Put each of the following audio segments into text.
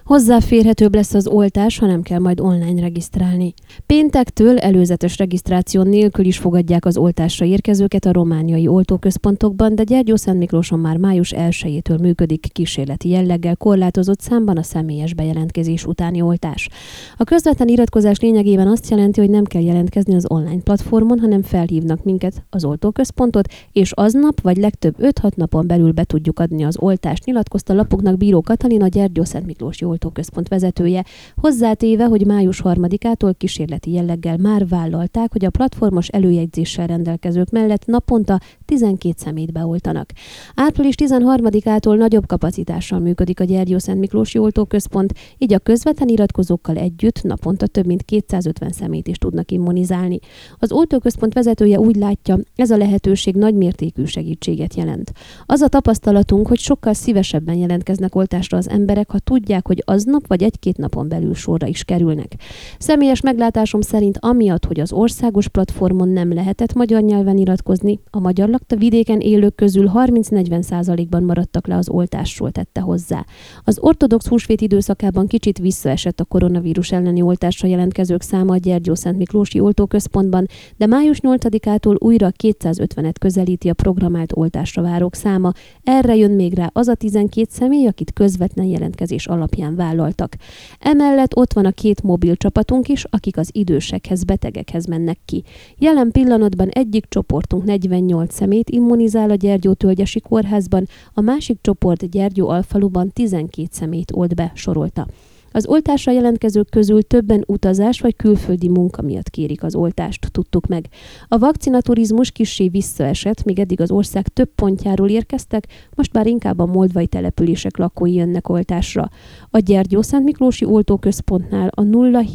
Hozzáférhetőbb lesz az oltás, ha nem kell majd online regisztrálni. Péntektől előzetes regisztráció nélkül is fogadják az oltásra érkezőket a romániai oltóközpontokban, de Gyergyószentmiklóson már május 1-től működik kísérleti jelleggel korlátozott számban a személyes bejelentkezés utáni oltás. A közvetlen iratkozás lényegében azt jelenti, hogy nem kell jelentkezni az online platformon, hanem felhívnak minket, az oltóközpontot, és aznap vagy legtöbb 5-6 napon belül be tudjuk adni az oltást, nyilatkozta lapoknak Bíró Katalin, a Gyergyószentmiklósi oltóközpont vezetője, hozzátéve, hogy május 3-ától kísérleti jelleggel már vállalták, hogy a platformos előjegyzéssel rendelkezők mellett naponta 12 személyt beoltanak. Április 13-ától nagyobb kapacitással működik a Gyergyószentmiklósi oltóközpont, így a közvetlen iratkozókkal együtt naponta több mint 250 személyt is tudnak immunizálni. Az oltóközpont vezetője úgy látja, ez a lehetőség nagymértékű segítséget jelent. Az a tapasztalatunk, hogy sokkal szívesebben jelentkeznek oltásra az emberek, ha tudják, hogy aznap vagy 1-2 napon belül sorra is kerülnek. Személyes meglátásom szerint amiatt, hogy az országos platformon nem lehetett magyar nyelven iratkozni, a magyar lakta vidéken élők közül 30-40%-ban maradtak le az oltásról, tette hozzá. Az ortodox húsvét időszakában kicsit visszaesett a koronavírus elleni oltásra jelentkezők száma a Gyergyószentmiklósi oltóközpontban, de május 8-ától újra 250-et közelíti a programált oltásra várók száma. Erre jön még rá az a 12 személy, akit közvetlen jelentkezés alapján vállaltak. Emellett ott van a 2 mobil csapatunk is, akik az idősekhez, betegekhez mennek ki. Jelen pillanatban egyik csoportunk 48 személyt immunizál a Gyergyótölgyesi kórházban, a másik csoport Gyergyó-Alfaluban 12 személyt olt be, sorolta. Az oltásra jelentkezők közül többen utazás vagy külföldi munka miatt kérik az oltást, tudtuk meg. A vakcinaturizmus kissé visszaesett, míg eddig az ország több pontjáról érkeztek, most már inkább a moldvai települések lakói jönnek oltásra. A Gyergyószentmiklósi oltóközpontnál a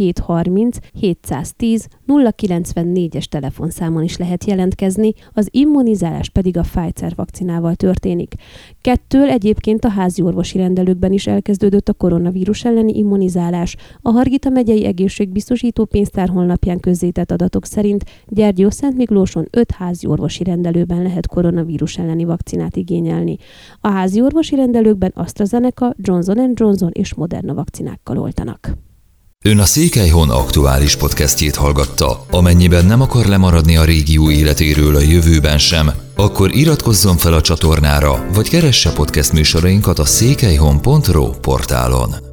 0730 710 094-es telefonszámon is lehet jelentkezni, az immunizálás pedig a Pfizer vakcinával történik. 2 egyébként a házi orvosi rendelőkben is elkezdődött a koronavírus elleni immunizálás. A Hargita megyei egészségbiztosító pénztár honlapján közzétett adatok szerint Gyergyószentmiklóson 5 házi orvosi rendelőben lehet koronavírus elleni vakcinát igényelni. A házi orvosi rendelőkben AstraZeneca, Johnson & Johnson és Moderna vakcinákkal oltanak. Ön a Székelyhon aktuális podcastjét hallgatta. Amennyiben nem akar lemaradni a régió életéről a jövőben sem, akkor iratkozzon fel a csatornára, vagy keresse podcast műsorainkat a székelyhon.ro portálon.